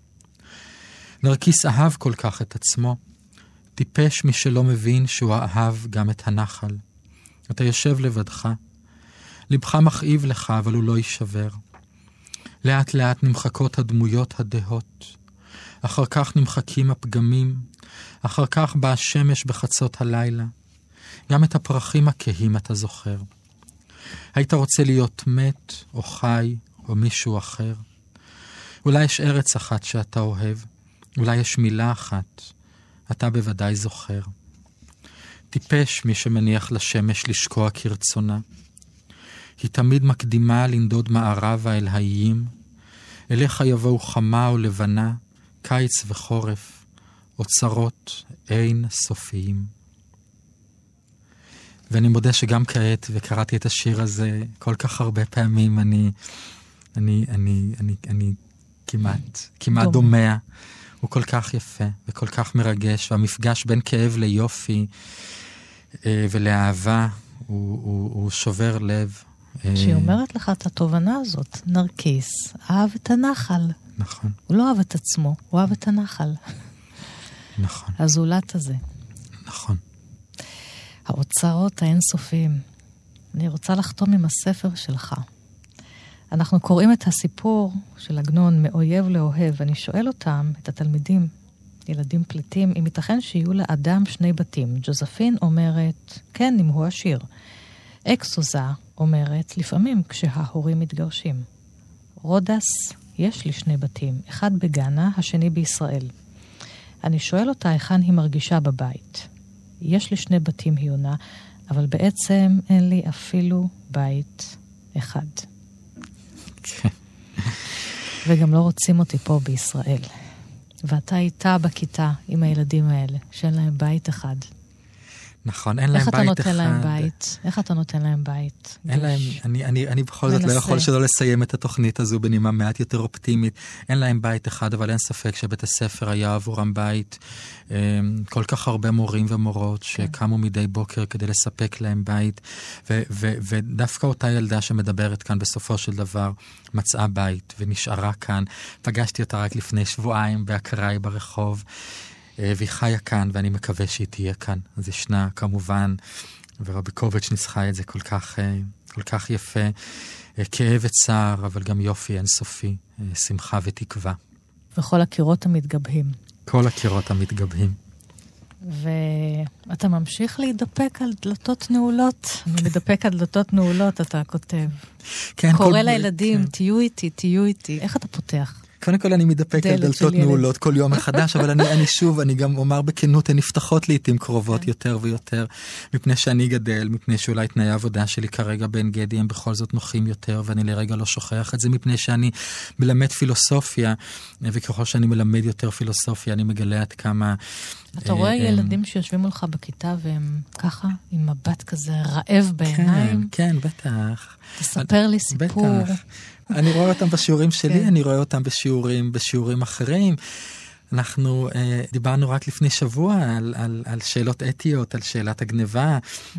נרקיס אהב כל כך את עצמו. טיפש מי שלא מבין שהוא אהב גם את הנחל. אתה יושב לבדך. לבך מכאיב לך, אבל הוא לא יישבר. לאט לאט נמחקות הדמויות הדהות. אחר כך נמחקים הפגמים. אחר כך באה השמש בחצות הלילה. גם את הפרחים הכהים אתה זוכר. היית רוצה להיות מת, או חי, או מישהו אחר. אולי יש ארץ אחת שאתה אוהב. אולי יש מילה אחת. אתה בוודאי זוכר. טיפש מי שמניח לשמש לשקוע כרצונה. היא תמיד מקדימה לנדוד מערבה אל האיים. אליך יבואו חמה או לבנה, קיץ וחורף, אוצרות אין סופיים. ואני מודה שגם כעת, וקראתי את השיר הזה כל כך הרבה פעמים, אני כמעט דומע. הוא כל כך יפה וכל כך מרגש, והמפגש בין כאב ליופי ולאהבה הוא שובר לב. שהיא אומרת לך את התובנה הזאת, נרקיס אהב את הנחל. נכון. הוא לא אהב את עצמו, הוא אהב את הנחל. נכון. הזולת הזה. נכון. האוצרות האינסופיים. אני רוצה לחתום עם הספר שלך. אנחנו קוראים את הסיפור של עגנון מאויב לאוהב, ואני שואל אותם, את התלמידים, ילדים פליטים, אם ייתכן שיהיו לאדם 2 בתים. ג'וזפין אומרת, כן, אם הוא עשיר. אקסוזה אומרת, לפעמים כשההורים מתגרשים. רודס, יש לי 2 בתים, אחד בגאנה, השני בישראל. אני שואל אותה היכן היא מרגישה בבית. יש לי 2 בתים, היא עונה, אבל בעצם אין לי אפילו בית אחד. כן. וגם לא רוצים אותי פה בישראל. ואתה איתה בכיתה עם הילדים האלה, שאין להם בית אחד. נכון, אין להם בית אחד. איך אתה נותן להם בית? איך אתה נותן להם בית? אין להם, אני בכל זאת לא יכול שלא לסיים את התוכנית הזו בנימה מעט יותר אופטימית. אין להם בית אחד, אבל אין ספק שבית הספר היה עבורם בית. כל כך הרבה מורים ומורות שקמו מדי בוקר כדי לספק להם בית. ודווקא אותה ילדה שמדברת כאן בסופו של דבר, מצאה בית ונשארה כאן. פגשתי אותה רק לפני שבועיים באקראי ברחוב. והיא חיה כאן, ואני מקווה שהיא תהיה כאן. אז ישנה, כמובן, ורבי קובץ' ניסחה את זה כל כך יפה. כאב וצער, אבל גם יופי אינסופי, שמחה ותקווה. וכל הקירות המתגבהים. כל הקירות המתגבהים. ואתה ממשיך להידפק על דלתות נעולות. אני מדפק על דלתות נעולות, אתה כותב. כן, קורא לילדים, תהיו איתי. איך אתה פותח? קודם כל אני מתדפק על דלתות נעולות כל יום מחדש, אבל אני גם אומר בכנות, הן נפתחות לעתים קרובות יותר ויותר, מפני שאני גדל, מפני שאולי תנאי העבודה שלי כרגע בין גדי הם בכל זאת נוחים יותר, ואני לרגע לא שוכח את זה, מפני שאני מלמד פילוסופיה, וככל שאני מלמד יותר פילוסופיה, אני מגלה עד כמה... אתה רואה ילדים שיושבים מולך בכיתה, והם ככה, עם מבט כזה רעב בעיניים? כן, בטח. תספר לי סיפור. בטח. אני רואה אותם בשיעורים שלי, אני רואה אותם בשיעורים אחרים. אנחנו דיברנו רק לפני שבוע על שאלות אתיות, על שאלת הגניבה,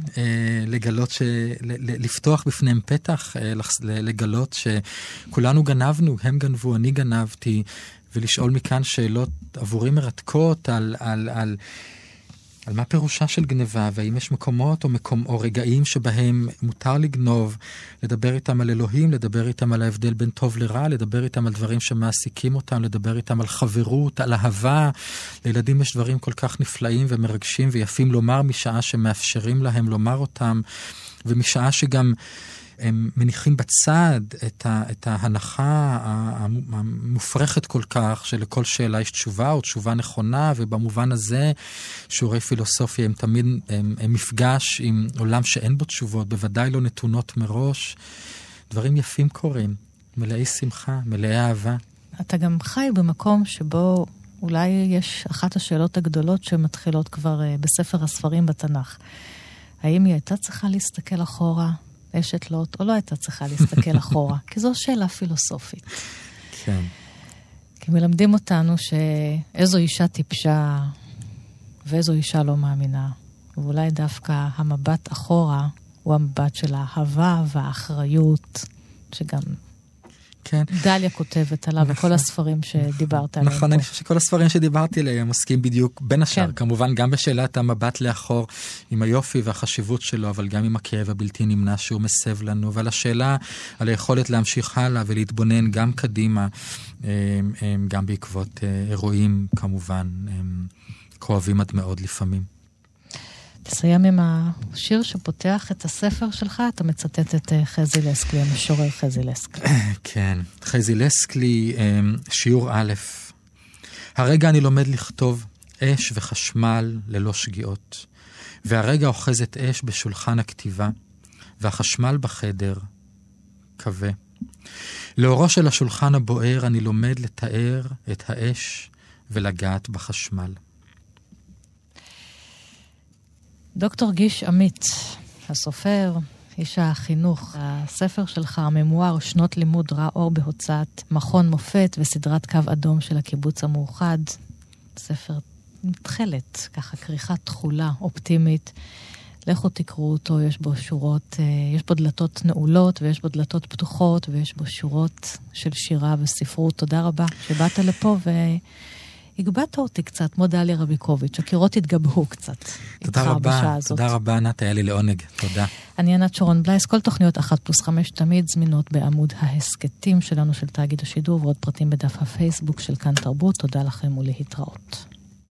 לפתוח בפניהם פתח, לגלות שכולנו גנבנו, הם גנבו, אני גנבתי, ולשאול מכאן שאלות עבורי מרתקות על מה פירושה של גניבה, והאם יש מקומות או רגעים שבהם מותר לגנוב, לדבר איתם על אלוהים, לדבר איתם על ההבדל בין טוב לרע, לדבר איתם על דברים שמעסיקים אותם, לדבר איתם על חברות, על אהבה. לילדים יש דברים כל כך נפלאים ומרגשים ויפים לומר משעה שמאפשרים להם לומר אותם, ומשעה שגם הם מניחים בצד את ההנחה המופרכת כל כך, שלכל שאלה יש תשובה או תשובה נכונה, ובמובן הזה שיעורי פילוסופיה הם תמיד הם מפגש עם עולם שאין בו תשובות, בוודאי לא נתונות מראש. דברים יפים קורים, מלאי שמחה, מלאי אהבה. אתה גם חי במקום שבו אולי יש אחת השאלות הגדולות שמתחילות כבר בספר הספרים בתנ"ך. האם היא הייתה צריכה להסתכל אחורה, אשת לוט, או לא הייתה צריכה להסתכל אחורה? כי זו שאלה פילוסופית. כן. כי מלמדים אותנו שאיזו אישה טיפשה ואיזו אישה לא מאמינה. ואולי דווקא המבט אחורה הוא המבט של האהבה והאחריות, שגם כן. דליה כותבת עליו, נכון. וכל הספרים שדיברת עליהם. נכון, אני חושב שכל הספרים שדיברתי עליהם עוסקים בדיוק בין השאר, כן. כמובן גם בשאלת המבט לאחור, עם היופי והחשיבות שלו, אבל גם עם הכאב הבלתי נמנע שהוא מסב לנו, ועל השאלה, על היכולת להמשיך הלאה ולהתבונן גם קדימה, גם בעקבות אירועים כמובן, כואבים עד מאוד לפעמים. תסיים עם השיר שפותח את הספר שלך, אתה מצטט את חזי לסקלי, המשורר חזי לסקלי. כן, חזי לסקלי, שיעור א', הרגע אני לומד לכתוב אש וחשמל ללא שגיאות, והרגע אוחזת אש בשולחן הכתיבה, והחשמל בחדר כבה. לאורו של השולחן הבוער אני לומד לתאר את האש ולגעת בחשמל. דוקטור גיש עמית, הסופר, איש החינוך, הספר שלך, הממואר, שנות לימוד רע אור בהוצאת מכון מופת וסדרת קו אדום של הקיבוץ המאוחד. ספר מתחלת, ככה כריכה תחולה, אופטימית. לכו תקראו אותו, יש בו שורות, יש בו דלתות נעולות ויש בו דלתות פתוחות ויש בו שורות של שירה וספרות. תודה רבה שבאת לפה הגבעת אותי קצת, כמו דליה רביקוביץ', הקירות התגבהו קצת. תודה רבה, תודה רבה, ענת, היה לי לעונג, תודה. אני ענת שרון בלייס, כל תוכניות 1+5 תמיד זמינות בעמוד ההסקטים שלנו של תאגיד השידור, ועוד פרטים בדף הפייסבוק של כאן תרבות, תודה לכם ולהתראות.